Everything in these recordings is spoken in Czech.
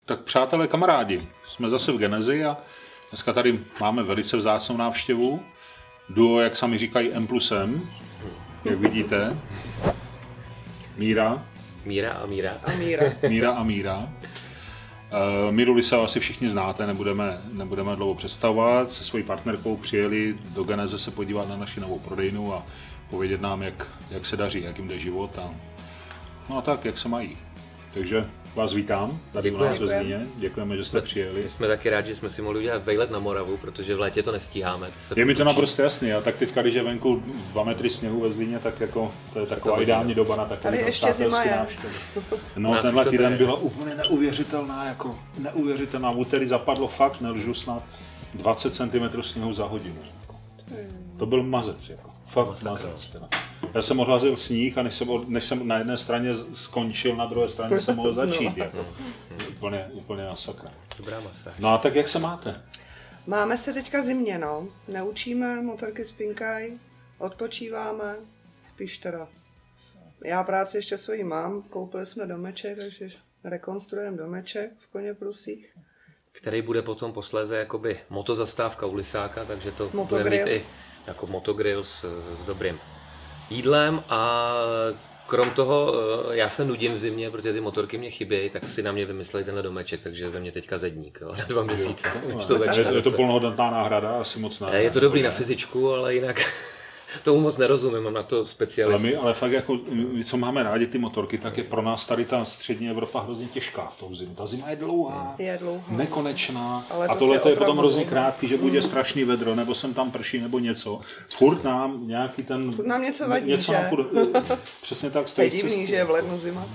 Tak přátelé, kamarádi, jsme zase v Genezi a dneska tady máme velice vzácnou návštěvu. Duo, jak sami říkají, M+M, jak vidíte. Míra. Míra a Míra. Míra a Míra. Míru Lisau asi všichni znáte, nebudeme dlouho představovat. Se svojí partnerkou přijeli do Geneze se podívat na naši novou prodejnu a povědět nám, jak se daří, jak jim jde život no a tak, jak se mají. Takže vás vítám tady u nás ve Zlíně. Děkujeme, že jste přijeli. Jsme taky rádi, že jsme si mohli udělat vejlet na Moravu, protože v létě to nestíháme. Je mi to naprosto jasný, a tak teďka, když je venku 2 metry sněhu ve Zlíně, tak jako to je taková ideální doba na takový přátelský návštěvy. No, tenhle týden byla úplně neuvěřitelná, v úterý zapadlo fakt, nelžu snad, 20 cm sněhu za hodinu. To byl mazec, fakt mazec. Teda. Já jsem odhazil sníh a než jsem na jedné straně skončil, na druhé straně jsem mohl začít. Úplně masakra. Dobrá masa. No a tak jak se máte? Máme se teďka zimně, no. Neučíme, motorky spinkají, odpočíváme, spíš teda. Já práci ještě svoji mám, koupili jsme domeček, takže rekonstruujeme domeček v Koněprusích. Který bude potom posléze jakoby motozastávka u Lisáka, takže to bude mít i jako motogrill s dobrým jídlem a krom toho já se nudím v zimě, protože ty motorky mě chybějí, tak si na mě vymysleli tenhle domeček, takže ze mě teďka zedník, na 2 měsíce. Je to plnohodnotná náhrada, asi moc náhrada. Je to dobrý na fyzičku, ale jinak tomu moc nerozumím, mám na to specialistu. Ale fakt jako, co máme rádi ty motorky, tak je pro nás tady ta střední Evropa hrozně těžká v tou zimu. Ta zima je dlouhá, nekonečná a tohle je potom hrozně krátký, že bude strašný vedro, nebo sem tam prší, nebo něco. Furt nám nějaký ten... Furt nám něco vadí, že? Přesně tak stojí. Je divný, že je v lednu zima.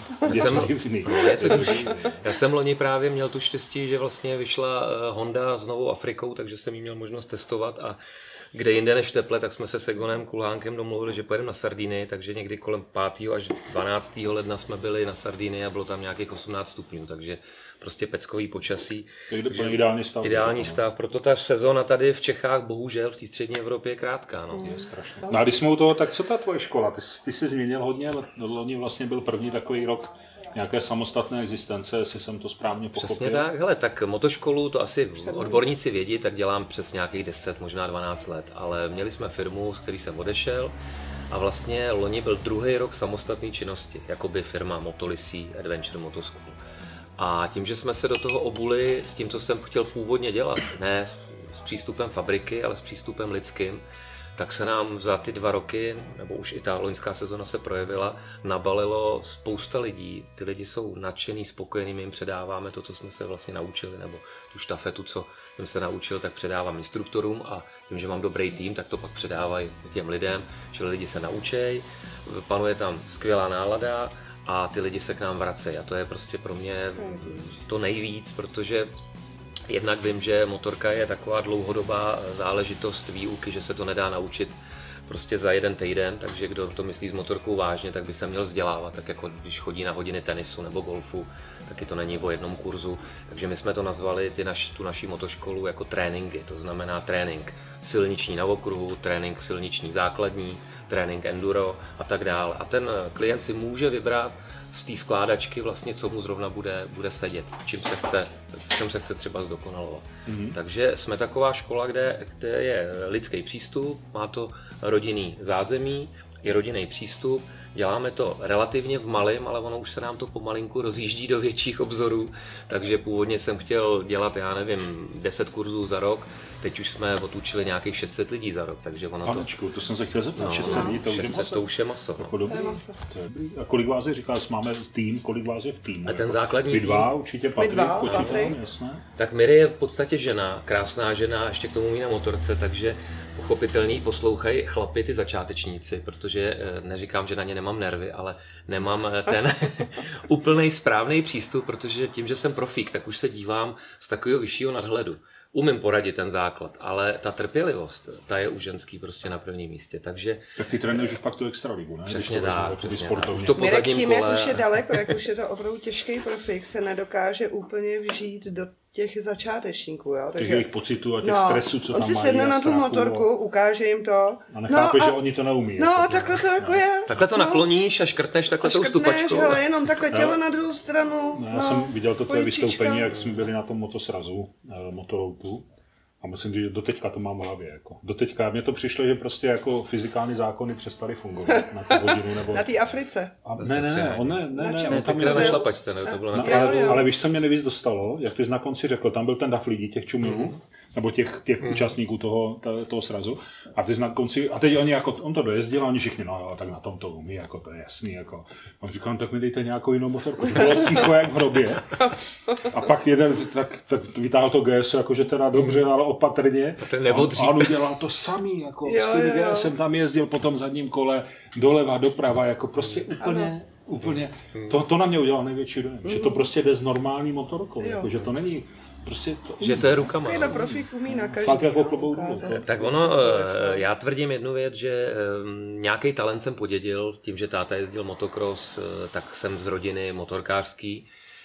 Já jsem loni právě měl tu štěstí, že vlastně vyšla Honda s novou Afrikou, takže jsem jí měl možnost testovat a kde jinde než teple, tak jsme se s Egonem Kulhánkem domluvili, že pojedeme na Sardinii, takže někdy kolem 5. až 12. ledna jsme byli na Sardinii a bylo tam nějakých 18 stupňů, takže prostě peckový počasí. Takže ideální stav. Ideální stav, proto ta sezóna tady v Čechách bohužel v té střední Evropě je krátká. No. Je strašně. No a když jsme u toho, tak co ta tvoje škola? Ty jsi změnil hodně, loni vlastně byl první takový rok nějaké samostatné existence, jestli jsem to správně pochopil. Přesně tak, hele, tak motoškolu, to asi odborníci vědí, tak dělám přes nějakých 10, možná 12 let, ale měli jsme firmu, z který jsem odešel a vlastně loni byl 2. rok samostatné činnosti, jakoby firma Motolisí Adventure Motoschool. A tím, že jsme se do toho obuli s tím, co jsem chtěl původně dělat, ne s přístupem fabriky, ale s přístupem lidským, tak se nám za ty 2 roky, nebo už i ta loňská sezona se projevila, nabalilo spousta lidí. Ty lidi jsou nadšený, spokojení, my jim předáváme to, co jsme se vlastně naučili, nebo tu štafetu, co jsem se naučil, tak předávám instruktorům a tím, že mám dobrý tým, tak to pak předávají těm lidem, že lidi se naučí, panuje tam skvělá nálada a ty lidi se k nám vracejí a to je prostě pro mě to nejvíc, protože jednak vím, že motorka je taková dlouhodobá záležitost výuky, že se to nedá naučit prostě za 1 týden, takže kdo to myslí s motorkou vážně, tak by se měl vzdělávat, tak jako když chodí na hodiny tenisu nebo golfu, taky to není o jednom kurzu. Takže my jsme to nazvali tu naší motoškolu jako tréninky, to znamená trénink silniční na okruhu, trénink silniční základní, trénink enduro a tak dále. A ten klient si může vybrat z té skládačky vlastně, co mu zrovna bude sedět, v čem se chce třeba zdokonalovat. Takže jsme taková škola, kde je lidský přístup, má to rodinný zázemí, je rodinný přístup, děláme to relativně v malém, ale ono už se nám to pomalinku rozjíždí do větších obzorů, takže původně jsem chtěl dělat, 10 kurzů za rok, teď už jsme otučili nějakých 600 lidí za rok, takže ono Panečku, to jsem se chtěl zeptat, 600 lidí, to už je maso. To už je maso. Jako dobrý. A kolik vás je, říkal, máme tým, kolik vás je v týmu? A ten základní Vy 2, určitě Patrik, jasné. Tak Miri je v podstatě žena, krásná žena, ještě k tomu umí na motorce, takže pochopitelný, poslouchají chlapi ty začátečníci, protože neříkám, že na ně nemám nervy, ale nemám ten úplnej správný přístup, protože tím, že jsem profík, tak už se dívám z takového vyššího nadhledu. Umím poradit ten základ, ale ta trpělivost, ta je u ženský prostě na prvním místě, takže... Tak ty trénuješ už pak tu extraligu, ne? Přesně tak, Už to po Mirek zadním tím, kole... jak už je daleko, jak už je to opravdu těžký profik, se nedokáže úplně vžít do těch začátečníků, jo. Takže jejich pocitů a těch stresů, co tam mají. On si sedne na tu motorku, ukáže jim to. A nechápe, že oni to neumí. No a takhle to jako je. Takhle to nakloníš a škrtneš takhle tou stupačkou. Ale jenom takhle tělo na druhou stranu. Já jsem viděl to tvoje vystoupení, jak jsme byli na tom motosrazu, motoroutu. A musím říct, že doteďka to mám v hlavě. Jako. Doteďka mně to přišlo, že prostě jako fyzikální zákony přestaly fungovat na tu hodinu. Nebo... Na té Africe. Ne, tam je na šlapačce, ne? To bylo na ale víš, co mě nejvíc dostalo, jak ty jsi na konci řekl, tam byl ten dav lidí, těch čumilů, nebo těch účastníků toho srazu. A ty jsi na konci, a teď oni jako, on to dojezdil a oni všichni, no jo, tak na tom to umí, jako to je jasný. Jako. On říkal, tak mi dejte nějakou jinou motorku. To bylo ticho jak v hrobě. A pak jeden tak vytáhl to GS, jakože teda dobře, ale opatrně. A on udělal to samý, jako s tím GSem tam jezdil po tom zadním kole, doleva, doprava, jako prostě úplně. To na mě udělalo největší dojem, že to prostě jde s normální motorkou, jako, že to není prostě to. Že to je rukama. Takovýhle profík umí na každý. Fakt jako klobouk dolů. Tak ono, já tvrdím jednu věc, že nějaký talent jsem podědil, tím, že táta jezdil motocross, tak jsem z rodiny motorkářský.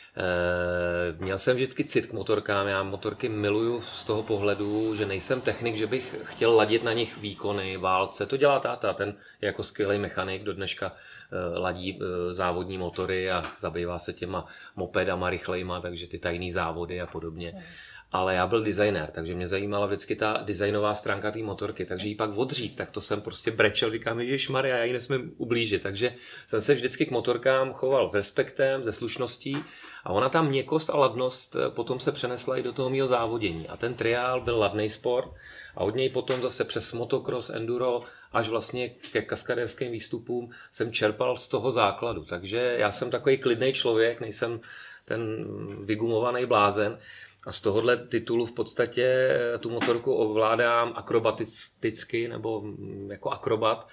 Měl jsem vždycky cit k motorkám, já motorky miluju z toho pohledu, že nejsem technik, že bych chtěl ladit na nich výkony, válce, to dělá táta, ten je jako skvělý mechanik, do dneška ladí závodní motory a zabývá se těma mopedama rychlejma, takže ty tajný závody a podobně. Ale já byl designér, takže mě zajímala vždycky ta designová stránka té motorky, takže ji pak odřít, tak to jsem prostě brečel, říkám, ježišmarja, já ji nesmím ublížit, takže jsem se vždycky k motorkám choval s respektem, se slušností a ona ta měkkost a ladnost potom se přenesla i do toho mýho závodění a ten triál byl ladný sport a od něj potom zase přes motocross, enduro až vlastně ke kaskadérským výstupům jsem čerpal z toho základu, takže já jsem takový klidný člověk, nejsem ten vygumovaný blázen. A z tohohle titulu v podstatě tu motorku ovládám akrobaticky nebo jako akrobat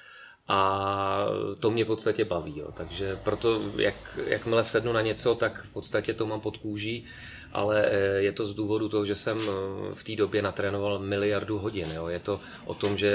a to mě v podstatě baví. Jo. Takže proto, jakmile sednu na něco, tak v podstatě to mám pod kůží, ale je to z důvodu toho, že jsem v té době natrénoval 1 miliardu hodin. Jo. Je to o tom, že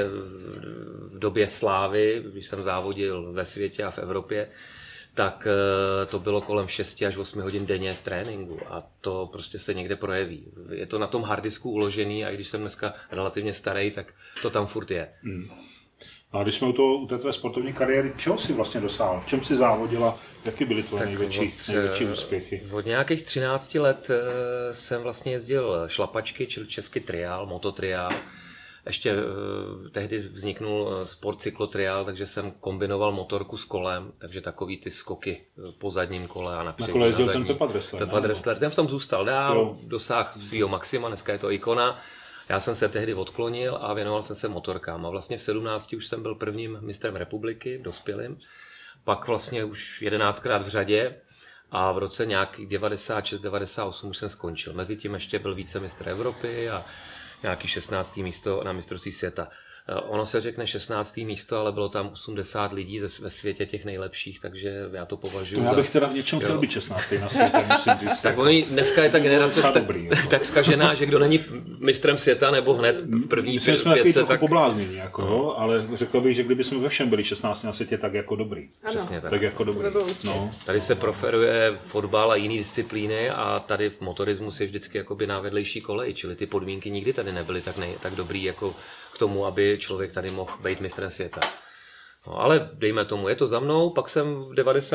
v době slávy, když jsem závodil ve světě a v Evropě, tak to bylo kolem 6 až 8 hodin denně tréninku a to prostě se někde projeví. Je to na tom harddisku uložený a i když jsem dneska relativně starý, tak to tam furt je. A když jsme u té tvé sportovní kariéry, čeho jsi vlastně dosáhl? V čem jsi závodila? Jaké byly tvoje největší úspěchy? Od nějakých 13 let jsem vlastně jezdil šlapačky, čili český triál, mototriál. Ještě tehdy vzniknul sport cyklotriál, takže jsem kombinoval motorku s kolem, takže takový ty skoky po zadním kole a napřed. Na kole jezdil ten Pepa Dressler. Ten v tom zůstal dál, dosáhl svýho maxima, dneska je to ikona. Já jsem se tehdy odklonil a věnoval jsem se motorkám. A vlastně v 17 už jsem byl prvním mistrem republiky, dospělým. Pak vlastně už 11krát v řadě a v roce nějakých 96-98 už jsem skončil. Mezitím ještě byl vícemistr Evropy a nějaký 16. místo na mistrovství světa. Ono se řekne 16. místo, ale bylo tam 80 lidí ve světě těch nejlepších, takže já to považuji já bych teda v něčem chtěl být 16. na světě, musím říct. Tak dneska je ta generace tak zkažená, že kdo není mistrem světa nebo hned v první pětce, tak pobláznění, jako, ale řekl bych, že kdyby jsme ve všem byli 16 na světě, tak jako dobrý. Přesně tak jako dobrý. No. Tady se preferuje fotbal a jiné disciplíny a tady v motorismus je vždycky jakoby na vedlejší koleji, čili ty podmínky nikdy tady nebyly tak dobrý jako k tomu, aby člověk tady mohl být mistrem světa. No, ale dejme tomu, je to za mnou, pak jsem v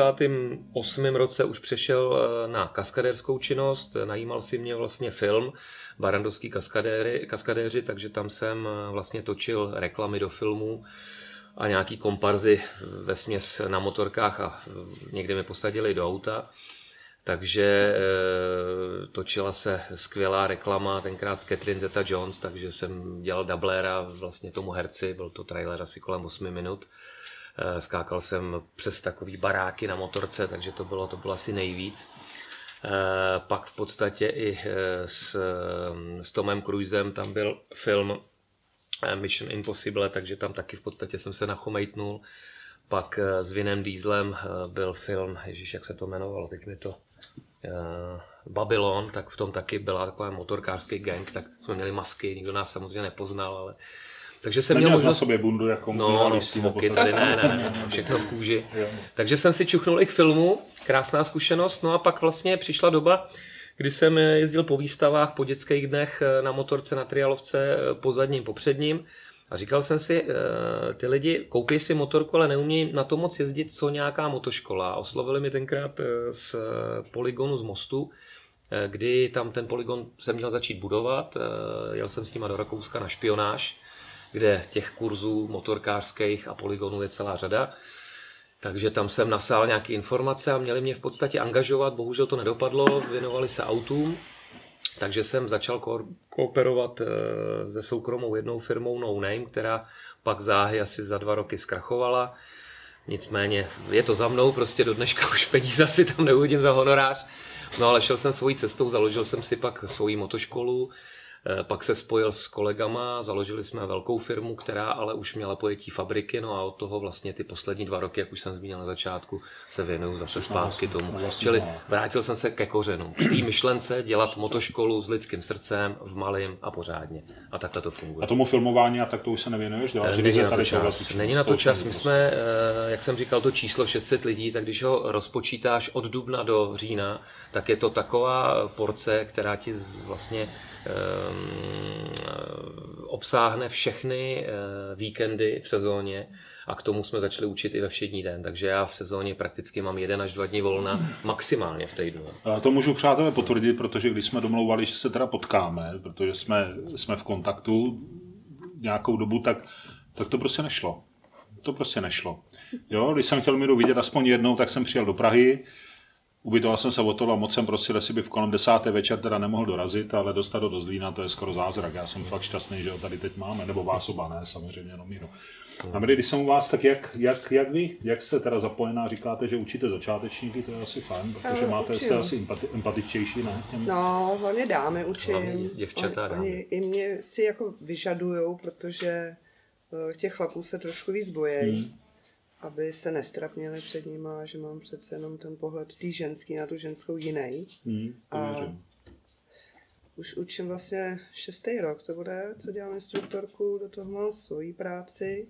98. roce už přešel na kaskadérskou činnost, najímal si mě vlastně film Barrandovský kaskadéři, takže tam jsem vlastně točil reklamy do filmů a nějaký komparzy vesměs na motorkách a někde mi posadili do auta. Takže točila se skvělá reklama, tenkrát s Catherine Zeta-Jones, takže jsem dělal dublera vlastně tomu herci, byl to trailer asi kolem 8 minut. Skákal jsem přes takový baráky na motorce, takže to bylo asi nejvíc. Pak v podstatě i s Tomem Cruisem tam byl film Mission Impossible, takže tam taky v podstatě jsem se nachomejtnul. Pak s Vinem Dieselem byl film, ježiš, jak se to jmenovalo, teď mi to Babylon, tak v tom taky byla taková motorkářský gang, tak jsme měli masky, nikdo nás samozřejmě nepoznal, ale takže jsem měl možnost na sobě bundu jako smoky tady ne, všechno v kůži. Takže jsem si čuchnul i k filmu, krásná zkušenost, no a pak vlastně přišla doba, kdy jsem jezdil po výstavách, po dětských dnech na motorce, na trialovce, po zadním, po předním. A říkal jsem si, ty lidi koupí si motorku, ale neumějí na to moc jezdit, co nějaká motoškola. Oslovili mi tenkrát z polygonu z Mostu, kdy tam ten polygon jsem měl začít budovat. Jel jsem s nima do Rakouska na špionáž, kde těch kurzů motorkářských a polygonů je celá řada. Takže tam jsem nasál nějaké informace a měli mě v podstatě angažovat. Bohužel to nedopadlo, věnovali se autům. Takže jsem začal kooperovat se soukromou jednou firmou No Name, která pak záhy asi za 2 roky zkrachovala. Nicméně je to za mnou, prostě do dneška už peníze si tam neuvidím za honorář. No ale šel jsem svojí cestou, založil jsem si pak svoji motoškolu, pak se spojil s kolegama, založili jsme velkou firmu, která ale už měla pojetí fabriky, no a od toho vlastně ty poslední 2 roky, jak už jsem zmínil na začátku, se věnuju zase zpátky tomu. Čili vrátil jsem se ke kořenům, k té myšlence dělat motoškolu s lidským srdcem, v malým a pořádně. A takhle to funguje. A tomu filmování a tak to už se nevěnuješ? Není na to čas. My jsme, jak jsem říkal, to číslo 600 lidí, tak když ho rozpočítáš od dubna do října, tak je to taková porce, která ti vlastně obsáhne všechny víkendy v sezóně a k tomu jsme začali učit i ve všední den, takže já v sezóně prakticky mám 1 až 2 dny volna maximálně v týdnu. To můžu přátelé potvrdit, protože když jsme domlouvali, že se teda potkáme, protože jsme v kontaktu nějakou dobu, tak to prostě nešlo. To prostě nešlo. Jo, když jsem chtěl Míru vidět aspoň jednou, tak jsem přijel do Prahy. Ubytoval jsem se o to a moc jsem prosil, jestli by v kolem 10. večer teda nemohl dorazit, ale dostat do Zlína, to je skoro zázrak. Já jsem fakt šťastný, že ho tady teď máme, nebo vás oba, ne, samozřejmě jenom Míru. A když jsem u vás, tak jak vy? Jak jste teda zapojená? Říkáte, že učíte začátečníky, to je asi fajn, protože jste asi empatičtější, ne? No, hlavně dámy učím. Děvčata dámy. Oni i mě si jako vyžadujou, protože těch chlapů se trošku víc bojejí. Aby se nestrapnili před nima, že mám přece jenom ten pohled tý ženský na tu ženskou jiný. A už učím vlastně 6. rok, to bude, co dělám instruktorku, do toho mám svoji práci.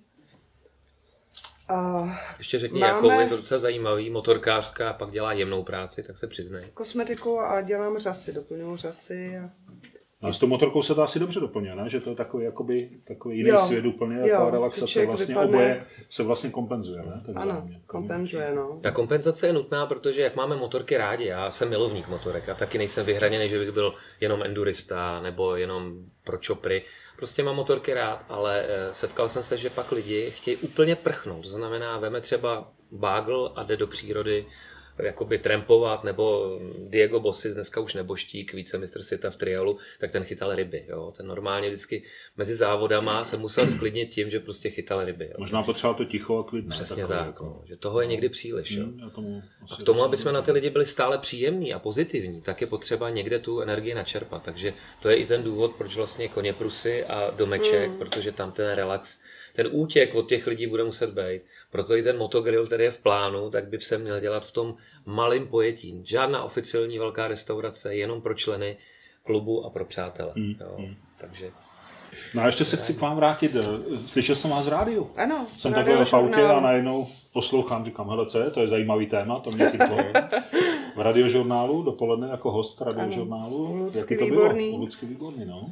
A ještě řekni, jakou je to docela zajímavý, motorkářská a pak dělá jemnou práci, tak se přiznej. Kosmetiku a dělám řasy, doplňuji řasy. A s tou motorkou se to asi dobře doplňuje, ne? Že to je takový jiný svět úplně, taková relaxace, vlastně oboje se vlastně kompenzuje, ne? Ano, kompenzuje, no. Ta kompenzace je nutná, protože jak máme motorky rádi, já jsem milovník motorek a taky nejsem vyhraněný, že bych byl jenom endurista nebo jenom pro čopry. Prostě mám motorky rád, ale setkal jsem se, že pak lidi chtějí úplně prchnout. To znamená, veme třeba bágl a jde do přírody, jakoby trampovat, nebo Diego Bossis, dneska už neboštík, vícemistr světa v trialu, tak ten chytal ryby. Jo? Ten normálně vždycky mezi závodama se musel sklidnit tím, že prostě chytal ryby. Jo? Možná potřeba to ticho a klidné. Přesně tak, jako. No, že toho je někdy příliš. Jo? A k tomu, aby jsme na ty lidi byli stále příjemní a pozitivní, tak je potřeba někde tu energii načerpat. Takže to je i ten důvod, proč vlastně Koněprusy a domeček, protože tam ten relax, ten útěk od těch lidí bude muset být. Proto i ten motogrill, který je v plánu, tak by se měl dělat v tom malém pojetí. Žádná oficiální velká restaurace, jenom pro členy klubu a pro přátele. Takže... No a ještě se chci k vám vrátit. Slyšel jsem vás v rádiu. Ano. Jsem takhle v autě a najednou poslouchám, říkám, hele, co je? To je zajímavý téma, to mě chytlo. V radiožurnálu, dopoledne jako host radiožurnálu. Lucky Výborný. Lucky Výborný, no.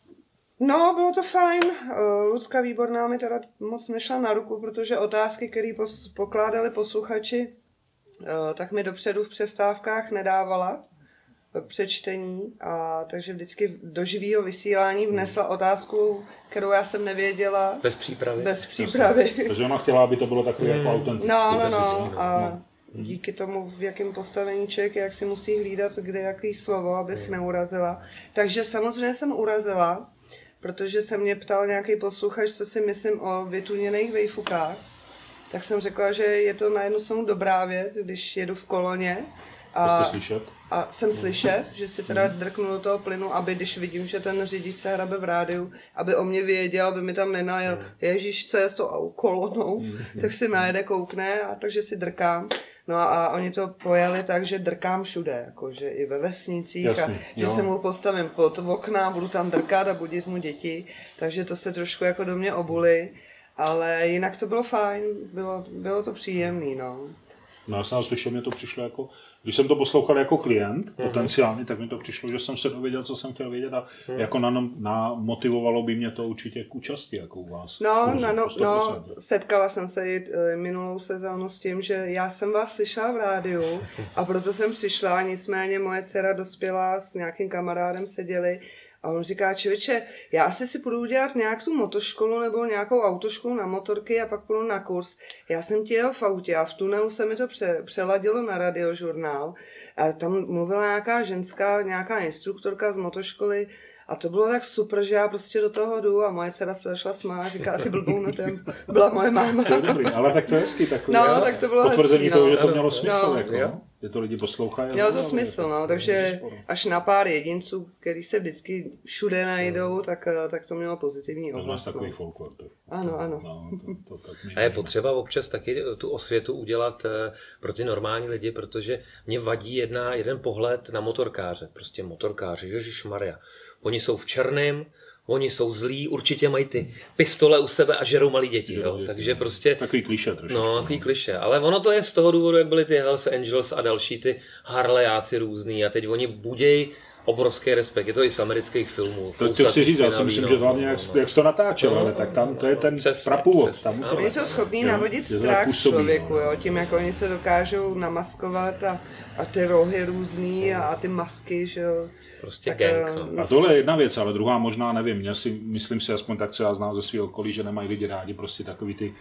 No, bylo to fajn. Lucka Výborná mi teda moc nešla na ruku, protože otázky, které pokládali posluchači, tak mi dopředu v přestávkách nedávala k přečtení. A takže vždycky do živého vysílání vnesla otázku, kterou já jsem nevěděla. Bez přípravy. Bez přípravy. Takže ona chtěla, aby to bylo takové jako autentické. No. A díky tomu, v jakém postavení člověk, jak si musí hlídat, kde jaký slovo, abych neurazila. Takže samozřejmě jsem urazila, protože se mě ptal nějaký posluchač, co si myslím o vytuněných vejfukách, tak jsem řekla, že je to na jednu stranu dobrá věc, když jedu v koloně a jsem slyšet, že si teda drknu do toho plynu, aby když vidím, že ten řidič se hrabe v rádiu, aby o mě věděl, aby mi tam nenajel, ježíš, co je s tou kolonou, tak si najede, koukne a takže si drkám. No a oni to pojali tak, že drkám všude, jakože i ve vesnicích. Jasný, a že se mu postavím pod okna, budu tam drkat a budit mu děti, takže to se trošku jako do mě obuli, ale jinak to bylo fajn, bylo to příjemný, no. No já jsem slyšel, mě to přišlo Když jsem to poslouchal jako klient potenciálně, tak mi to přišlo, že jsem se dověděl, co jsem chtěl vědět a jako motivovalo by mě to určitě k účasti, jako u vás. No, setkala jsem se i minulou sezónu s tím, že já jsem vás slyšela v rádiu a proto jsem přišla, nicméně moje dcera dospělá s nějakým kamarádem seděli a on říká, člověče, já asi si půjdu udělat nějak tu motoškolu nebo nějakou autoškolu na motorky a pak půjdu na kurz. Já jsem ti jel v autě a v tunelu se mi to přeladilo na radiožurnál a tam mluvila nějaká ženská, nějaká instruktorka z motoškoly a to bylo tak super, že já prostě do toho jdu a moje dcera se začala smát a říká, ty blbou netem, byla moje máma. To je dobrý, ale tak to je hezký takový. No, tak to bylo potvrzení hezký, toho, že to mělo smysl, no, jako, no? Že to lidi poslouchají. Mělo to smysl, no, takže až na pár jedinců, který se vždycky všude najdou, tak to mělo pozitivní ohlas. To je takový folklor. Ano. A je potřeba občas taky tu osvětu udělat pro ty normální lidi, protože mě vadí jeden pohled na motorkáře. Prostě motorkáři, ježišmarja. Oni jsou v černém, oni jsou zlí, určitě mají ty pistole u sebe a žerou malí děti. Jo. Takže prostě... Takový klišé trošku. No, takový klišé. Ale ono to je z toho důvodu, jak byly ty Hells Angels a další ty Harlejáci různý a teď oni budějí obrovský respekt. Je to i z amerických filmů. To chci říct, já si myslím, že hlavně jak jsi to natáčel, ale tak tam to je ten prapůvod. Oni jsou schopní navodit strach člověku, jo, tím, jak oni se dokážou namaskovat a ty rohy různý a ty masky, že jo. Prostě tak, gang, no. A tohle je jedna věc, ale druhá možná nevím. Myslím si aspoň tak, co já znám ze svého okolí, že nemají lidi rádi prostě takový ty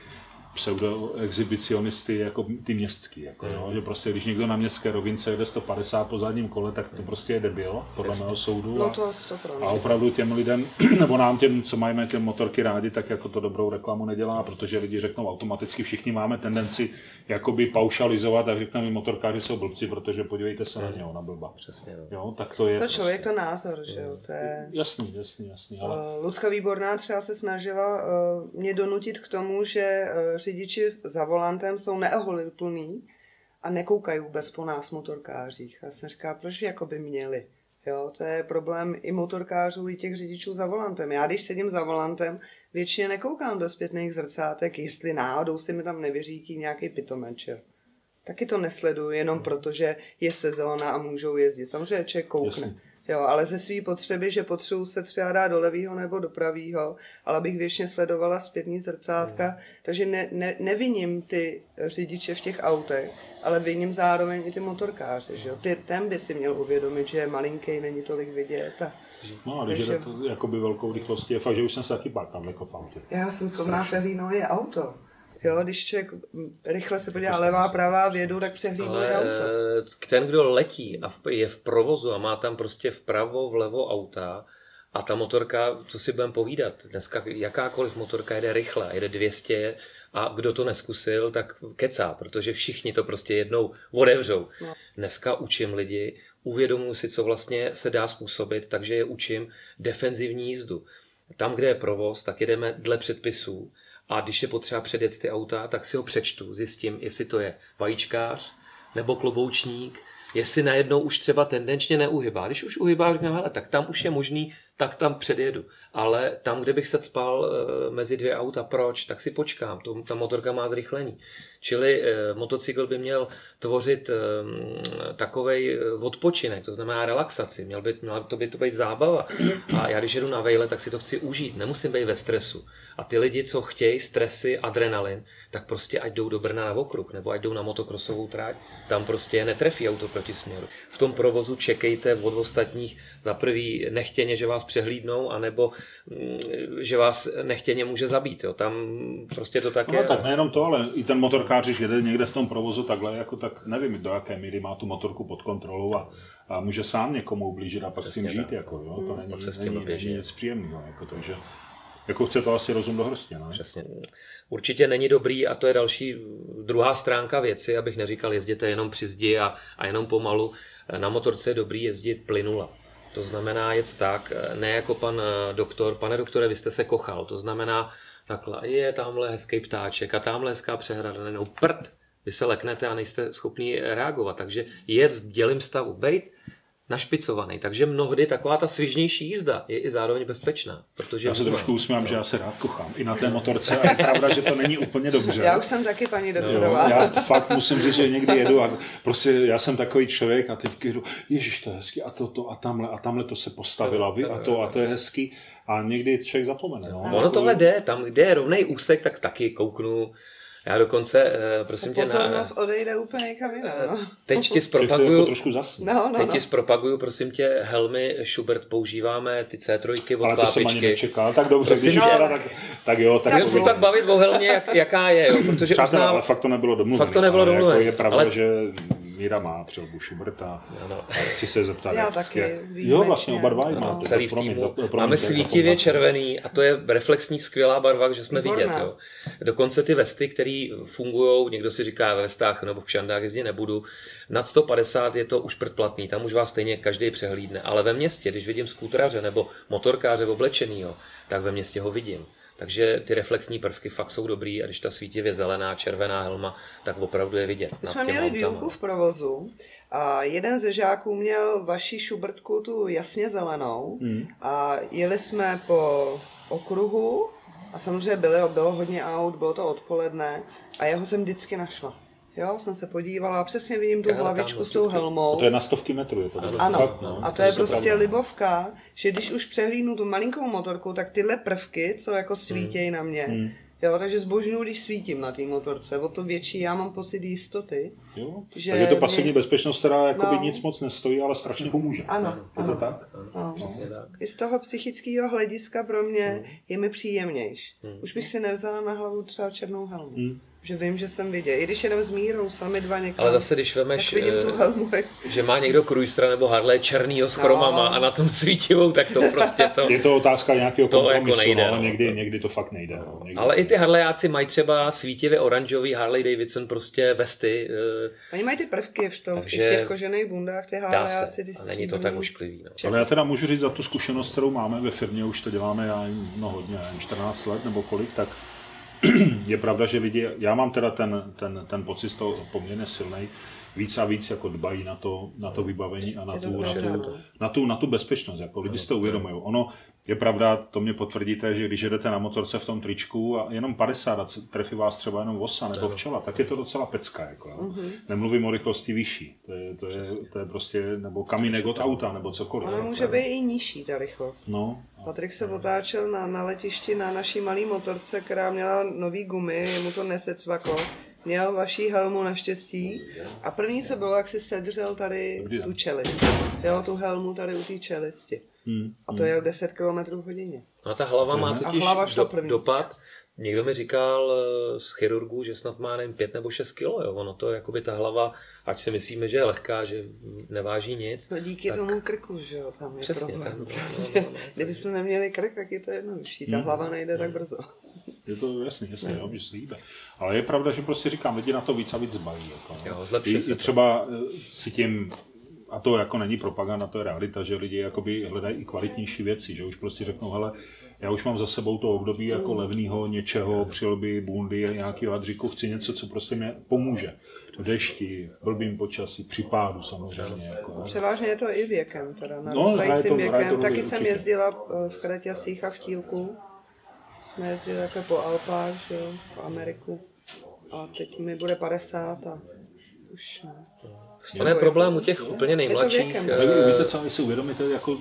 pseudo-exhibicionisty jako ty městský. Jako, jo? Že prostě když někdo na městské rovince jede 150 po zadním kole, tak to prostě je debil, podle mého soudu. No to a opravdu těm lidem, nebo nám těm, co mají ty motorky rádi, tak jako to dobrou reklamu nedělá, protože lidi řeknou automaticky, všichni máme tendenci jakoby paušalizovat a řekneme, motorkáři jsou blbci, protože podívejte se na něho, na blba. Přesně, no. Jo, tak to je. Co člověk, to názor, že jo? To je... Jasný. Ale... Lucka Výborná třeba se snažila mě donutit k tomu, že řidiči za volantem jsou neohleduplní a nekoukají vůbec po nás motorkářích. Já jsem říkala, proč jako by měli? Jo, to je problém i motorkářů, i těch řidičů za volantem. Já když sedím za volantem, většině nekoukám do zpětných zrcátek, jestli náhodou si mi tam nevyříkí nějaký pitomeč. Taky to nesleduju jenom proto, že je sezóna a můžou jezdit. Samozřejmě člověk koukne. Jasně. Jo, ale ze své potřeby, že potřebuji se třeba dát do levýho nebo do pravýho, ale bych věčně sledovala zpětní zrcátka, takže neviním ty řidiče v těch autech, ale viním zároveň i ty motorkáře, že jo. Ten by si měl uvědomit, že je malinký, není tolik vidět. No a když je to jakoby velkou rychlostí, je fakt, že už jsem se taky párkal jako v autě. Já jsem schopná přehlídnout je auto. Jo, když člověk rychle se podívá levá, pravá, vědu, tak přehlídne auto. Ten, kdo letí a je v provozu a má tam prostě vpravo, vlevo auta a ta motorka, co si budeme povídat, dneska jakákoliv motorka jede rychle, jede 200 a kdo to neskusil, tak kecá, protože všichni to prostě jednou odevřou. No. Dneska učím lidi, uvědomuji si, co vlastně se dá způsobit, takže je učím defenzivní jízdu. Tam, kde je provoz, tak jedeme dle předpisů. A když je potřeba předjet ty auta, tak si ho přečtu, zjistím, jestli to je vajíčkář nebo kloboučník, jestli najednou už třeba tendenčně neuhybá. Když už uhybá, říkám, hele, tak tam už je možný, tak tam předjedu. Ale tam, kde bych se cpal mezi dvě auta, proč, tak si počkám, ta motorka má zrychlení. Čili motocykl by měl tvořit takovej odpočinek, to znamená relaxaci, měla to být zábava. A já když jedu na vejle, tak si to chci užít, nemusím být ve stresu. A ty lidi, co chtějí stresy, adrenalin, tak prostě ať jdou do Brna na okruh, nebo ať jdou na motokrosovou tráť, tam prostě je netrefí auto proti směru. V tom provozu čekejte od ostatních za prvý nechtěně, že vás přehlídnou, anebo že vás nechtěně může zabít. Jo. Tam prostě to tak je. No tak nejenom to, ale i ten motorkář, když jede někde v tom provozu takhle, jako tak nevím, do jaké míry má tu motorku pod kontrolou a může sám někomu ublížit a pak s tím žít. Jako, jo. To není nic příjemného. Jako, takže jako chce to asi rozum do hrstě. Ne? Přesně. Určitě není dobrý a to je další druhá stránka věci, abych neříkal jezděte jenom při zdi a jenom pomalu. Na motorce je dobrý jezdit plynula. To znamená jet tak, ne jako pan doktor. Pane doktore, vy jste se kochal. To znamená takhle, je tamhle hezký ptáček a tamhle hezká přehrada. No prd, vy se leknete a nejste schopni reagovat. Takže jet v dělém stavu. Bejt našpicovaný, takže mnohdy taková ta svižnější jízda je i zároveň bezpečná. Protože já se trošku usmívám, že já se rád kochám i na té motorce a je pravda, že to není úplně dobře. Já už jsem taky paní doktorová. Já fakt musím říct, že někdy jedu a prostě já jsem takový člověk a teď jdu, ježiš, to je hezký a to a tamhle to se postavila vy a to je hezký a někdy člověk zapomene. No. Ono tohle jde, tam, kde je rovnej úsek, tak taky kouknu. Já dokonce, prosím tě, pozornost odejde úplně někam jinam. Teď ti zpropaguju, teď ti zpropaguju, prosím tě, helmy Schubert používáme, ty C3 od Klápičky. Ale to jsem ani nečekal, tak dobře, když už teda, tak jo. Tak budeme si pak bavit o helmě, jaká je, jo, protože přátelé, ale fakt to nebylo domluvené. Fakt to nebylo domluvené. Jako je pravda, ale... že Míra má přelbu Schuberta. A chci se zeptat. Já taky. Jo, vlastně oba dva máte. Celý v týmu. Máme svítivě červený a to je reflexní skvělá barva, že jsme vidět. Jo. Dokonce ty vesty, které fungují, někdo si říká ve vestách nebo v kšandách jezdit nebudu, nad 150 je to už předplatný, tam už vás stejně každý přehlídne. Ale ve městě, když vidím skútraře nebo motorkáře oblečenýho, tak ve městě ho vidím. Takže ty reflexní prvky fakt jsou dobrý a když ta svítivě zelená, červená helma, tak opravdu je vidět. My jsme měli výuku v provozu a jeden ze žáků měl vaši Schubertku tu jasně zelenou a jeli jsme po okruhu a samozřejmě bylo hodně aut, bylo to odpoledne a jeho jsem vždycky našla. Jo, jsem se podívala a přesně vidím tu hlavičku s tou helmou. A to je na 100 metrů. Je to ano, fakt, no. A to je prostě libovka, že když už přehlídnu tu malinkou motorku, tak tyhle prvky, co jako svítějí na mě, jo, takže zbožňuji, když svítím na té motorce, o to větší já mám pocit jistoty. Jo, že tak je to pasivní bezpečnost, která jakoby nic moc nestojí, ale strašně pomůže. Ano. Je to tak? No. I z toho psychického hlediska pro mě je mi příjemnější. Už bych si nevzala na hlavu třeba černou helmu. Že vím, že jsem viděl. I když jedem s Mírou, sami dva někam. Ale zase, když vemeš, helmu, že má někdo Cruisera nebo Harley černýho s chromama a na tom svítivou, tak to prostě to... Je to otázka nějakého kompromisu, jako nejde, ale někdy to fakt nejde. Ale i ty Harlejáci mají třeba svítivě oranžový Harley Davidson prostě vesty. Oni mají ty prvky v těch kožených bundách, ty Harlejáci, ty a není to tak ošklivý. No. Ale já teda můžu říct za tu zkušenost, kterou máme ve firmě, už to děláme hodně, 14 let nebo kolik, tak je pravda, že lidi, já mám teda ten pocit z toho poměrně silnej, víc a víc jako dbají na to vybavení a na tu bezpečnost. Jako lidi si to uvědomují. Ono je pravda, to mě potvrdíte, že když jedete na motorce v tom tričku a jenom 50 a trefí vás třeba jenom osa nebo včela, tak je to docela pecka. Jako, Nemluvím o rychlosti vyšší. To je prostě, nebo kamínek od auta, nebo cokoliv. Ona může být i nižší ta rychlost. No. Patrik se otáčel na letišti na naší malý motorce, která měla nový gumy, jemu to nesecvaklo. Měl vaší helmu naštěstí a první co bylo, jak si sedřel tady tu čelist. Jo, tu helmu tady u té čelisti. A to jel 10 km/h. No ta hlava má totiž dopad. Někdo mi říkal z chirurgů, že snad má nevím 5 nebo 6 kilo. Jo. Ono to jakoby ta hlava, ať si myslíme, že je lehká, že neváží nic. No díky tomu krku, že jo, tam je přesně, problém. Kdybychom neměli krk, tak je to jednodušší. Ta hlava nejde tak brzo. Je to jasný, že se hýbe. Ale je pravda, že prostě říkám, lidi na to víc a víc zbaví. Jo, zlepší se třeba si tím, a to jako není propaganda, to je realita, že lidi jakoby hledají i kvalitnější věci, že už prostě řeknou, hele, já už mám za sebou to období jako levného něčeho, přilby, bundy, nějakého hadříku, chci něco, co prostě mě pomůže. V dešti, blbým počasí, při pádu samozřejmě. Jako. Převážně je to i věkem, teda narůstajícím věkem. Taky jsem jezdila v Kraťasích a v Tílku. Jsme jezdili jako po Alpách, že jo, po Ameriku. A teď mi bude 50 a už ne. To je problém u těch úplně nejmladších. Víte co, vy si uvědomíte jako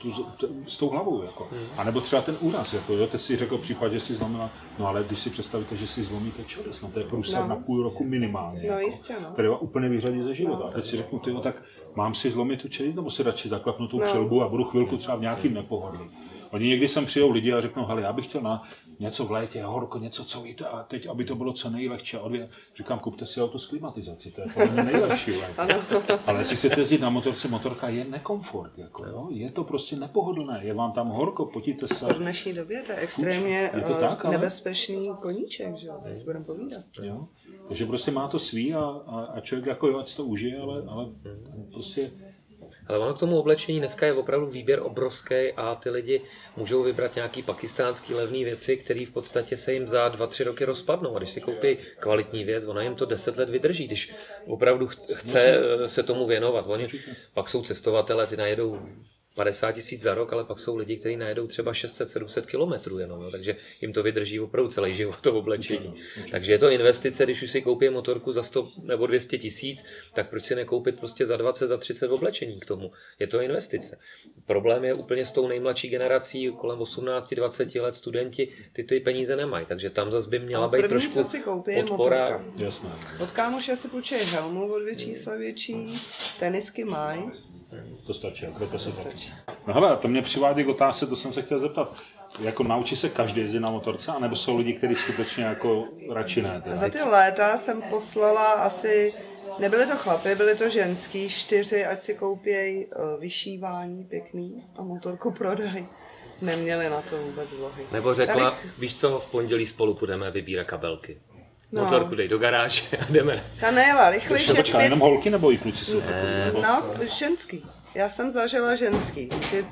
s tou hlavou, jako. A nebo třeba ten úraz, jako, jo, teď si řekl případ, že si zlomila, no ale když si představíte, že si zlomíte čelist, no to je průsad na půl roku minimálně, no, jistě, no. Který vás úplně vyřadí ze života. A teď si řeknu, tyjo, tak mám si zlomit tu čelist, nebo si radši zaklapnu tu přilbu a budu chvilku třeba v nějakým nepohodlí. Oni někdy sem přijou lidi a řeknou, hele, já bych chtěl na něco v létě, horko, něco, co víte, a teď, aby to bylo co nejlehčí. Říkám, kupte si auto s klimatizací, to je podle mě nejlepší. Ale jestli chcete jezdit na motorce, motorka je nekomfort, jako, jo? Je to prostě nepohodlné, je vám tam horko, potíte se. V dnešní době to je extrémně nebezpečný koníček, že jo, si budeme povídat. Jo? Takže prostě má to svý a člověk jako jo, ať to užije, ale prostě Ale ono k tomu oblečení dneska je opravdu výběr obrovský a ty lidi můžou vybrat nějaký pakistánský levný věci, které v podstatě se jim za 2-3 roky rozpadnou. A když si koupí kvalitní věc, ona jim to 10 let vydrží, když opravdu chce se tomu věnovat. Oni pak jsou cestovatelé, ty najedou 50 000 za rok, ale pak jsou lidi, kteří najedou třeba 600-700 kilometrů jenom, no, takže jim to vydrží opravdu celý život to oblečení. Takže je to investice, když už si koupí motorku za 100 nebo 200 000, tak proč si nekoupit prostě za 20, za 30 oblečení k tomu? Je to investice. Problém je úplně s tou nejmladší generací, kolem 18-20 let studenti, ty peníze nemají, takže tam zase by měla být trošku co si koupí, podpora. Jasné. Od kámoše si půjčí helmu od 2 čísla větší, tenisky mají. To stačí, to se stačí. No hele, to mě přivádí k otázce, to jsem se chtěl zeptat. Jako naučí se každý jezdit na motorce, anebo jsou lidi, kteří skutečně jako radši ne? Teda? Za ty léta jsem poslala asi, nebyly to chlapy, byly to ženský, 4, ať si koupěj vyšívání pěkný a motorku prodají. Neměli na to vůbec vlohy. Nebo řekla, víš co, v pondělí spolu půjdeme vybírat kabelky. Motorku dej do garáže a jdeme. Ta nejela rychlejší. Počká, jenom holky nebo i kluci jsou takový? No, ženský. Já jsem zažila ženský.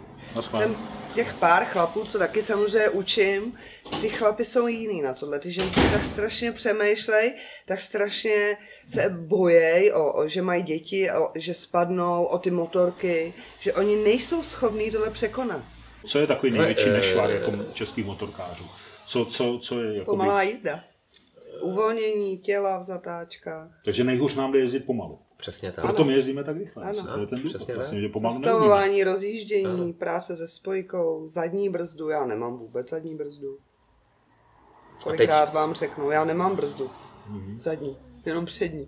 Těch pár chlapů, co taky samozřejmě učím, ty chlapy jsou jiný na tohle. Ty ženský tak strašně přemýšlej, tak strašně se bojejí, že mají děti, že spadnou, o ty motorky, že oni nejsou schopní tohle překonat. Co je takový největší nešvar jako českých motorkářů? Co je jakoby... Pomalá jízda. Uvolnění těla v zatáčkách. Takže nejhůř nám jde jezdit pomalu. Přesně tak. Proto my jezdíme tak rychle. Ano. To je ten důvod. Vlastně, že pomalu zastavování, rozjíždění, práce se spojkou, zadní brzdu. Já nemám vůbec zadní brzdu. Kolikrát vám řeknu, já nemám brzdu. Zadní, jenom přední.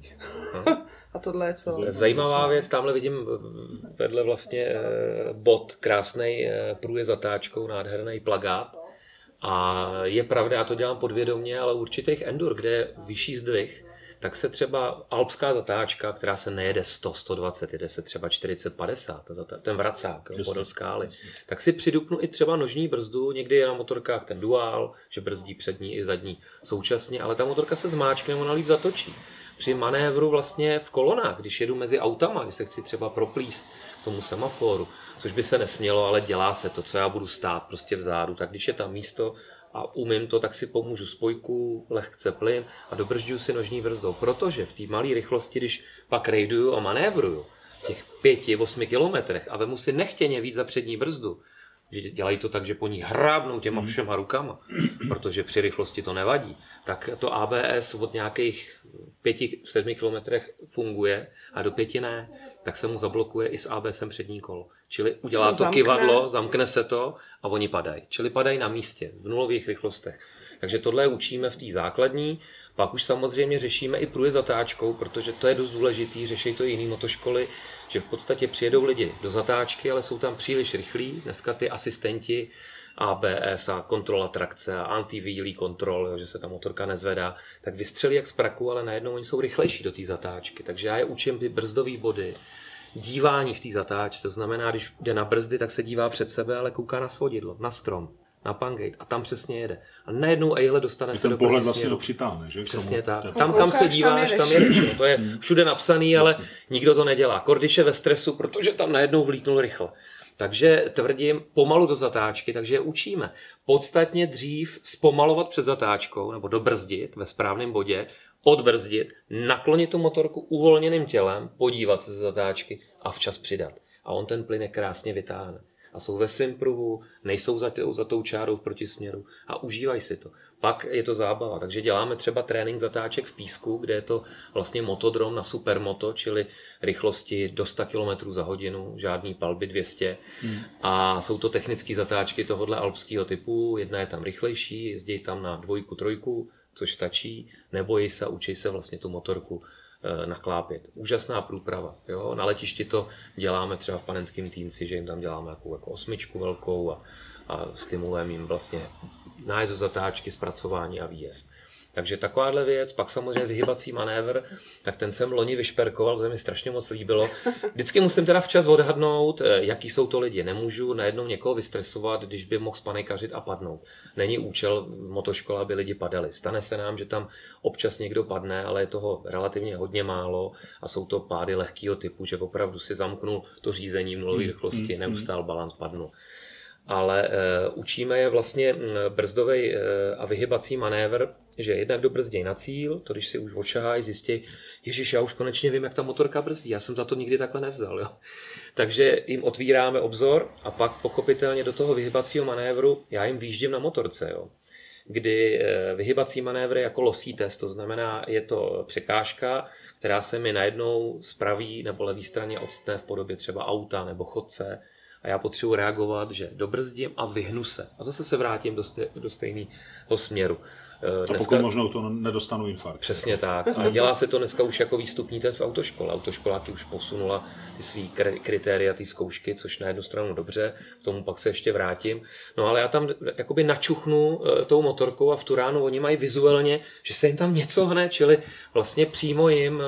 A tohle je co? Zajímavá věc, tamhle vidím vedle vlastně bod, krásnej průjezd zatáčkou, nádherný plakát. A je pravda, já to dělám podvědomě, ale u určitých endur, kde je vyšší zdvih, tak se třeba alpská zatáčka, která se nejede 100, 120, jede se třeba 40, 50, ten vracák podél skály, tak si přidupnu i třeba nožní brzdu, někdy je na motorkách ten duál, že brzdí přední i zadní současně, ale ta motorka se zmáčkne, ona líp zatočí. Při manévru vlastně v kolonách, když jedu mezi autama, když se chci třeba proplíst k tomu semaforu, což by se nesmělo, ale dělá se to, co já budu stát prostě vzadu, tak když je tam místo a umím to, tak si pomůžu spojku, lehce plyn a dobržďuju si nožní brzdou, protože v té malé rychlosti, když pak rejduju a manévruju v těch 5-8 kilometrech a vemu si nechtěně víc za přední brzdu, že dělají to tak, že po ní hrábnou těma všema rukama, protože při rychlosti to nevadí, tak to ABS od nějakých 5-7 kilometrech funguje a do 5 ne, tak se mu zablokuje i s ABSem přední kolo. Čili udělá to kyvadlo, zamkne se to a oni padají. Čili padají na místě, v nulových rychlostech. Takže tohle učíme v té základní, pak už samozřejmě řešíme i průjezd zatáčkou, protože to je dost důležitý, řeší to i jiný motoškoly, že v podstatě přijedou lidi do zatáčky, ale jsou tam příliš rychlí. Dneska ty asistenti ABS a kontrola trakce a anti-wheelie kontrol, že se ta motorka nezvedá, tak vystřelí jak z praku, ale najednou oni jsou rychlejší do té zatáčky. Takže já je učím ty brzdové body, dívání v té zatáčce, to znamená, když jde na brzdy, tak se dívá před sebe, ale kouká na svodidlo, na strom, na pangate a tam přesně jede. A najednou ejhle dostane se do pohled vlastně to přitáhne, že? Přesně tak. Tam, kam se díváš, tam jedeš. To je všude napsaný, ale nikdo to nedělá. Když je ve stresu, protože tam najednou vlítnul rychle. Takže tvrdím pomalu do zatáčky, takže je učíme. Podstatně dřív zpomalovat před zatáčkou nebo dobrzdit ve správném bodě, odbrzdit, naklonit tu motorku uvolněným tělem, podívat se ze zatáčky a včas přidat. A on ten plyn krásně vytáhne. A jsou ve svém pruhu, nejsou za tou čárou v protisměru a užívají si to. Pak je to zábava, takže děláme třeba trénink zatáček v písku, kde je to vlastně motodrom na supermoto, čili rychlosti do 100 km za hodinu, žádný palby 200. A jsou to technické zatáčky tohohle alpského typu, jedna je tam rychlejší, jezdí tam na 2, 3, což stačí, nebojí se a učí se vlastně tu motorku naklápět. Úžasná průprava. Jo? Na letišti to děláme třeba v Panenském Týnci, že jim tam děláme jako 8 velkou a stimulujeme jim vlastně nájezd do zatáčky, zpracování a výjezd. Takže takováhle věc, pak samozřejmě vyhybací manévr, tak ten jsem loni vyšperkoval, to mi strašně moc líbilo. Vždycky musím teda včas odhadnout, jaký jsou to lidi. Nemůžu najednou někoho vystresovat, když by mohl spanikařit a padnout. Není účel motoškola, aby lidi padali. Stane se nám, že tam občas někdo padne, ale je toho relativně hodně málo a jsou to pády lehkého typu, že opravdu si zamknul to řízení v nulové rychlosti, neustál balant, padnul. Ale učíme je vlastně brzdový a vyhybací manévr, že jednak dobrzděj na cíl, to když si už odšahají, zjistí, ježiš, já už konečně vím, jak ta motorka brzdí, já jsem za to nikdy takhle nevzal. Jo. Takže jim otvíráme obzor a pak pochopitelně do toho vyhybacího manévru já jim výjíždím na motorce. Jo. Kdy vyhybací manévr je jako losí test, to znamená, je to překážka, která se mi najednou z pravé nebo levé straně odstne v podobě třeba auta nebo chodce, a já potřebuji reagovat, že dobrzdím a vyhnu se. A zase se vrátím do stejného směru. A pokud možnou to nedostanu infarkt. Přesně tak. A dělá se to dneska už jako výstupní test v autoškole. Autoškoláky už posunula ty svý kritéria, ty zkoušky, což na jednu stranu dobře, k tomu pak se ještě vrátím. No ale já tam jakoby načuchnu tou motorkou a v tu ránu oni mají vizuálně, že se jim tam něco hne, čili vlastně přímo jim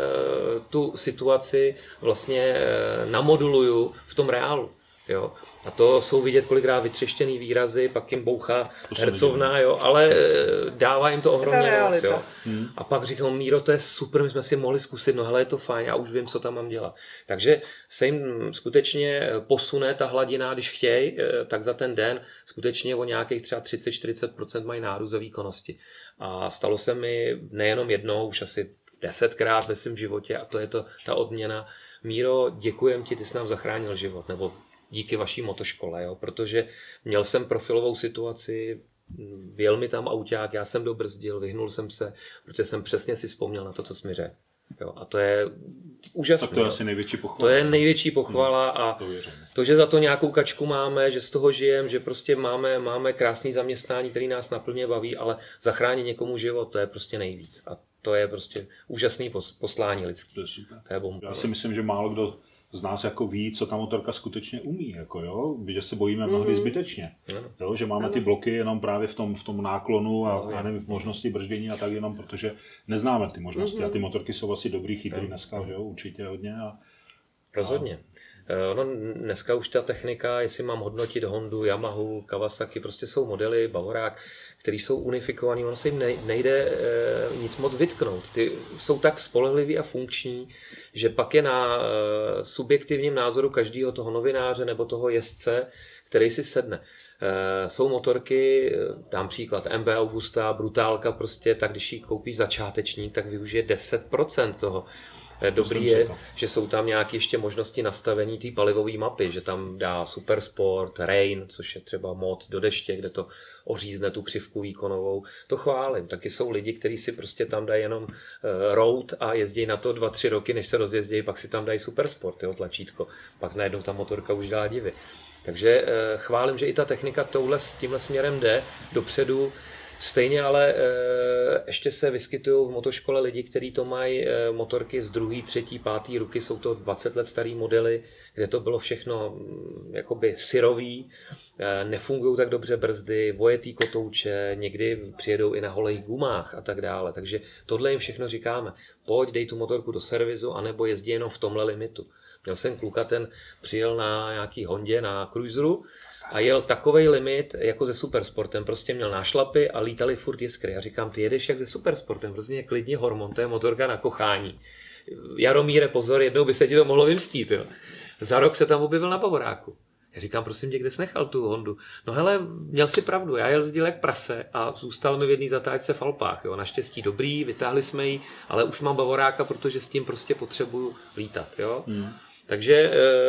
tu situaci vlastně namoduluju v tom reálu. Jo. A to jsou vidět kolikrát vytřeštěný výrazy, pak jim bouchá hercovná, jo, ale dává jim to ohromně moc. Jo. A pak říkám, Míro, to je super, my jsme si mohli zkusit, no hele, je to fajn, já už vím, co tam mám dělat. Takže se jim skutečně posune ta hladina, když chtějí, tak za ten den skutečně o nějakých třeba 30-40% mají nárůst do výkonnosti. A stalo se mi nejenom jednou, už asi 10krát ve svém životě a to je to ta odměna. Míro, děkujem ti, ty jsi nám zachránil život, nebo díky vaší motoškole, jo? Protože měl jsem profilovou situaci, vjel mi tam auták, já jsem dobrzdil, vyhnul jsem se, protože jsem přesně si vzpomněl na to, co jsi mi řekl. Jo? A to je úžasné. Tak to je asi největší pochvala. To je největší pochvala a to, že za to nějakou kačku máme, že z toho žijeme, že prostě máme krásný zaměstnání, který nás naplně baví, ale zachránit někomu život, to je prostě nejvíc. A to je prostě úžasný poslání lidský. To je super. To je bomba. Já si myslím, že málo kdo z nás jako ví, co ta motorka skutečně umí, jako jo, že se bojíme mnohdy zbytečně, jo, že máme ty bloky jenom právě v tom náklonu a nevím, v možnosti brždění a tak jenom, protože neznáme ty možnosti a ty motorky jsou asi dobrý, chytrý dneska, že jo, určitě hodně. Rozhodně. No, dneska už ta technika, jestli mám hodnotit Hondu, Yamahu, Kawasaki, prostě jsou modely, Bavorák, které jsou unifikované, ono se jim nejde nic moc vytknout. Ty jsou tak spolehlivý a funkční, že pak je na subjektivním názoru každého toho novináře nebo toho jezdce, který si sedne. Jsou motorky, dám příklad, MB Augusta, brutálka prostě, tak když ji koupíš začátečník, tak využije 10% toho. Dobrý je, že jsou tam nějaké ještě možnosti nastavení té palivové mapy, že tam dá Supersport, Rain, což je třeba mod do deště, kde to ořízne tu křivku výkonovou. To chválím. Taky jsou lidi, kteří si prostě tam dají jenom road a jezdí na to 2-3 roky, než se rozjezdějí, pak si tam dají Supersport, jo, tlačítko. Pak najednou ta motorka už dělá divy. Takže chválím, že i ta technika tímhle směrem jde dopředu. Stejně ale ještě se vyskytují v motoškole lidi, kteří to mají motorky z 2., 3., 5. ruky, jsou to 20 let starý modely, kde to bylo všechno jakoby syrový, nefungují tak dobře brzdy, vojetý kotouče, někdy přijedou i na holých gumách a tak dále. Takže tohle jim všechno říkáme. Pojď, dej tu motorku do servisu, anebo jezdí jenom v tomhle limitu. Měl jsem kluka, ten přijel na nějaký Hondě, na cruiseru a jel takovej limit jako se Supersportem. Prostě měl nášlapy a lítali furt jiskry. Já říkám, ty jedeš jak se Supersportem, prostě klidně hormon, to je motorka na kochání. Jaromíre, pozor, jednou by se ti to mohlo vymstít. Jo. Za rok se tam objevil na Bavoráku. Já říkám, prosím tě, kde jsi nechal tu Hondu? No hele, měl si pravdu, já jezdil jak prase a zůstal mi v jedné zatáčce v Alpách. Jo. Naštěstí dobrý, vytáhli jsme ji, ale už mám Bavoráka, protože s tím prostě potřebuju lítat. Jo. Takže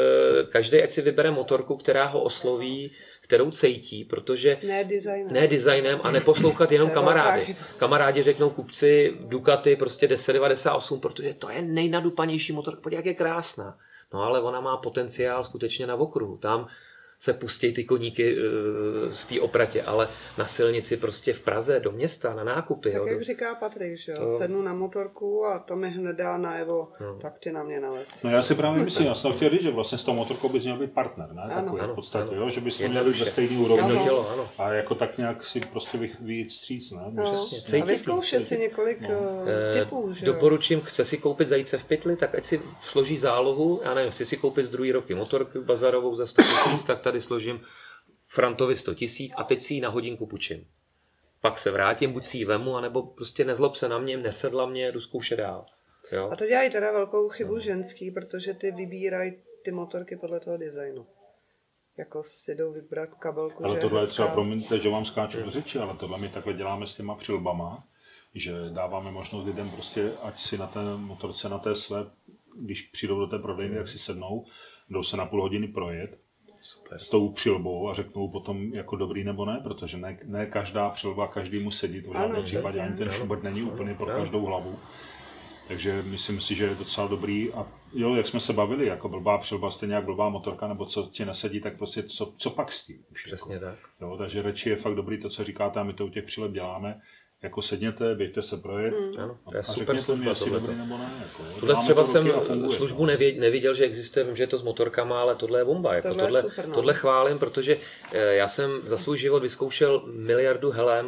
každý ať si vybere motorku, která ho osloví, kterou cítí, protože ne designem a neposlouchat jenom kamarády. Kamarádi řeknou kupci Ducati prostě 1098, protože to je nejnadupanější motorka, podívej, jak je krásná. No ale ona má potenciál skutečně na okruhu. Tam se pustí ty koníky z té opratě, ale na silnici prostě v Praze, do města, na nákupy. Tak jak říká Patrik, že jo, sednu na motorku a to mi hned dá najevo, tak ty na mě nalez. No já si právě myslím, já jsem chtěl říct, že vlastně s tou motorkou bys měl být partner, ne? Takový v podstatě, jo? Že bys měl být ve stejný úrovni a jako tak nějak si prostě vyjít vstříc, ne? A vyzkoušet si několik typů, že jo. Doporučím, chce si koupit zajíce v pytli, tak ať si složí zálohu, já nevím, chci si koupit z druhý roky motorku bazarovou za 100 000, tak tady složím Frantovi 100 000 a teď si ji na hodinku půjčím. Pak se vrátím, buď si ji vemu, anebo prostě nezlob se na mě, nesedla mě, jdu zkoušet dál. Jo? A to dělají teda velkou chybu ženský, protože ty vybírají ty motorky podle toho designu. Jako si jdou vybrat kabelku, ale tohle je třeba, promiňte, že vám skáču do řeči, ale tohle my takhle děláme s těma přilbama, že dáváme možnost lidem prostě, ať si na té motorce, na té své, když přijdou do té prodejny, jak si sednou, jdou se na půl hodiny projet. Super. S tou přilbou a řeknou potom jako dobrý nebo ne, protože ne každá přilba každému sedí, to v žádném případě ani ten Schubert není úplně pro každou hlavu. Takže myslím si, že je docela dobrý a jo, jak jsme se bavili, jako blbá přilba, stejně jak blbá motorka, nebo co ti nesedí, tak prostě co pak s tím? Přesně jako. Tak. Jo, takže radši je fakt dobrý to, co říkáte a my to u těch přileb děláme. Jako sedněte, běžte se projet to je a super služba, jestli dobrý nebo ne. Jako, tohle třeba jsem službu neviděl, že existuje, vím, že je to s motorkama, ale tohle je bomba. Jako tohle chválím, protože já jsem za svůj život vyzkoušel miliardu helem.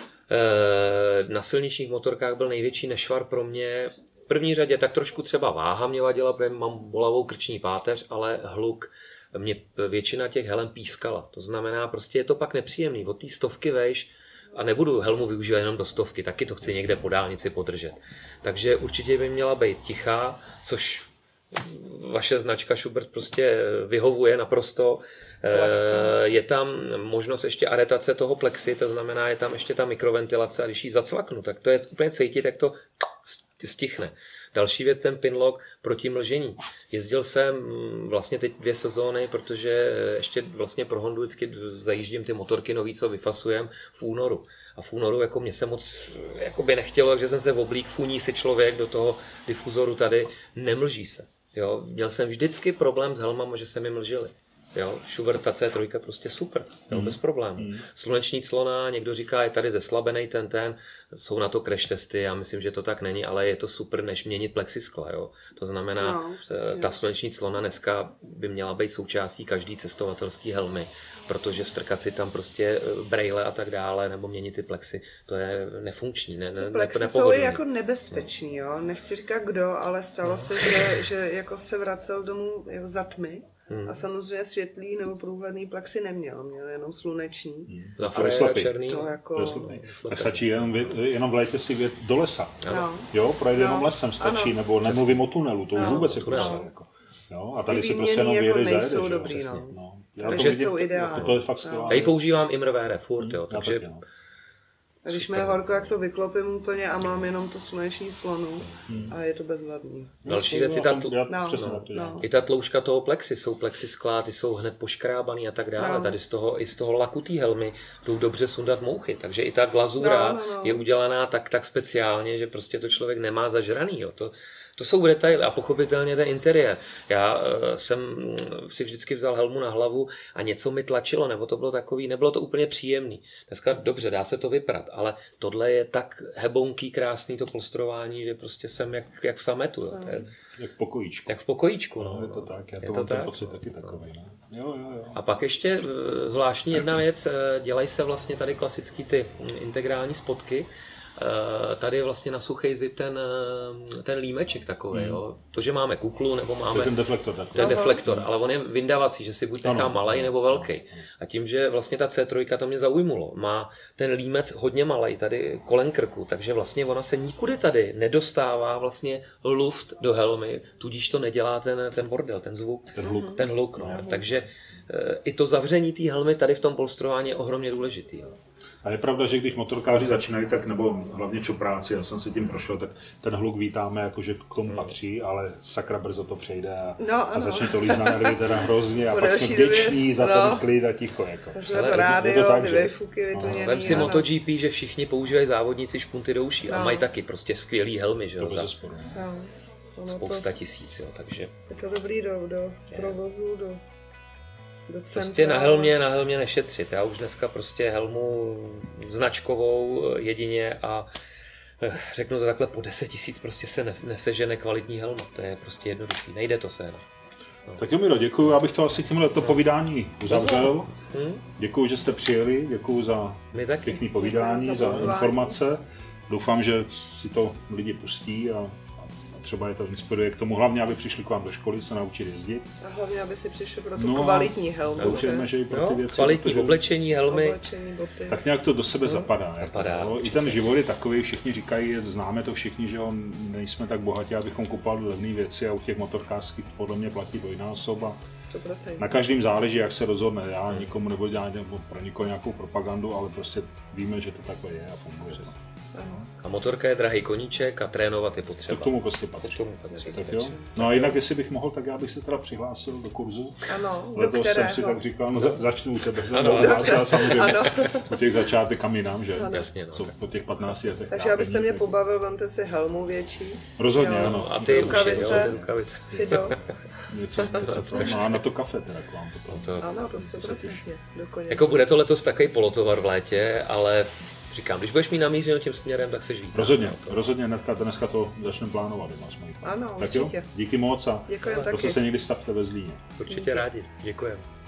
Na silničních motorkách byl největší nešvar pro mě. V první řadě tak trošku třeba váha mě vadila, protože mám bolavou krční páteř, ale hluk. Mě většina těch helem pískala. To znamená, prostě je to pak nepříjemný. Od té 100 vejš a nebudu helmu využívat jenom do 100, taky to chci někde po dálnici podržet. Takže určitě by měla být tichá, což vaše značka Schubert prostě vyhovuje naprosto. Je tam možnost ještě aretace toho plexy, to znamená, je tam ještě ta mikroventilace a když ji zacvaknu, tak to je úplně cítit, jak to stichne. Další věc, ten pinlock proti mlžení. Jezdil jsem vlastně teď 2 sezóny, protože ještě vlastně pro Hondu vždycky zajíždím ty motorky nový, co vyfasujem v únoru. A v únoru jako mě se moc jakoby nechtělo, takže jsem se oblík, funí si člověk do toho difuzoru tady, nemlží se. Jo? Měl jsem vždycky problém s helmama, že se mi mlžily. Jo, Schubert ta C3 prostě super, jo, bez problémů. Sluneční clona, někdo říká, je tady zeslabený ten, jsou na to crash testy, já myslím, že to tak není, ale je to super, než měnit plexiskla, jo. To znamená, ta sluneční clona dneska by měla být součástí každý cestovatelský helmy, protože strkat si tam prostě braille a tak dále, nebo měnit ty plexy, to je nefunkční, plexy jsou jako nebezpečný, jo. Nechci říkat kdo, ale stalo se, že jako se vracel domů jako za tmy. A samozřejmě světlý nebo průhledný plexy neměl, měl jenom sluneční. Ale černý. To jako... Tak stačí jenom v létě si vyjet do lesa. Jo, projít jenom lesem stačí, nebo nemluvím o tunelu, to už vůbec je prostě. Jako. Jo, a tady si prostě jenom vyjedeš jako nejsou zajedeš. Dobrý, Takže jsou ideální. To je fakt skvělá. Já ji používám Imrvére furt, jo, takže... A když mě horko, jak to vyklopím úplně a mám jenom tu sluneční clonu a je to bezvadný. Další věc i ta tloušťka toho plexy, jsou plexiskla, ty jsou hned poškrábaný a tak dále. Tady z toho laku té helmy jdou dobře sundat mouchy, takže i ta glazura je udělaná tak speciálně, že prostě to člověk nemá zažraný. Jo. To jsou detaily a pochopitelně ten interiér. Já jsem si vždycky vzal helmu na hlavu a něco mi tlačilo, nebo to bylo takový, nebylo to úplně příjemný. Dneska dobře, dá se to vyprat, ale tohle je tak hebounký, krásný to polstrování, že prostě jsem jak v sametu. Jo. To je, jak v pokojíčku. Jak v pokojíčku, no. Je to tak, já to mám ten pocit taky takový. No. Jo. A pak ještě zvláštní jedna věc, dělají se vlastně tady klasický ty integrální spotky. Tady je vlastně na suchý zip ten límeček takový, jo. To, že máme kuklu, nebo máme... To je ten deflektor. To je deflektor, ale on je vyndavací, že si buď nechá malej nebo velký. A tím, že vlastně ta C3 to mě zaujmulo, má ten límec hodně malej, tady kolem krku, takže vlastně ona se nikudy tady nedostává vlastně luft do helmy, tudíž to nedělá ten bordel, ten zvuk, ten hluk. No. Takže i to zavření té helmy tady v tom polstrování je ohromně důležitý. Jo. A je pravda, že když motorkáři začínají, tak nebo hlavně čopráci, já jsem si tím prošel, tak ten hluk vítáme, jakože k tomu patří, ale sakra brzo to přejde a začne to lízt na nervy teda hrozně a pak jsme vděční za ten klid a ticho. Jako. Rádio, ty vejfuky vytuněný. Vem si MotoGP, že všichni používají závodníci špunty do uší a mají taky prostě skvělý helmy, že jo, za spousta tisíc, jo, takže. Je to dobrý do provozu, Prostě na helmě nešetřit. Já už dneska prostě helmu značkovou jedině a řeknu to takhle, po 10 000 prostě se nesežene kvalitní helma. To je prostě jednoduchý, nejde to se. No. Tak jo, Miro, děkuju, já bych to asi tímhleto povídání uzavřel. Děkuju, že jste přijeli, děkuju za pěkný povídání, za informace. Doufám, že si to lidi pustí a třeba je to inspiruje k tomu, hlavně, aby přišli k vám do školy, se naučit jezdit. A hlavně, aby si přišli pro tu kvalitní helmu. Doufujeme, že i pro ty věci. Kvalitní oblečení, helmy. Boty. Tak nějak to do sebe zapadá. I ten život je takový, všichni říkají, známe to všichni, že nejsme tak bohatí, abychom kupovali levné věci a u těch motorkářských podle mě platí dvojnásob. 100%. Na každém záleží, jak se rozhodne. Já nikomu nebudu dělat pro nikoho nějakou propagandu, ale prostě víme, že to takhle je a funguje. A motorka je drahý koníček a trénovat je potřeba. To k tomu prostě patří. Tak jo? No a jinak, jestli bych mohl, tak já bych se teda přihlásil do kurzu. Ano, letos jsem si tak říkal, no začnu u tebe. Já samozřejmě po těch začátek jinam, že? Jasně, no. Po těch 15 letech. Takže abyste mě pobavil, vemte si helmu větší. Rozhodně, ano. A ty rukavice. Fido. Něco. A na to kafe teda k vám potom. Ano, to 100%. Jako bude to letos takový polotovar v létě, ale říkám, když budeš mít namířeno tím směrem, tak se žít. Rozhodně, dneska to začneme plánovat. Ano, tak jo, díky moc a děkujem zase se někdy stavte ve Zlíně. Určitě rádi, děkujeme.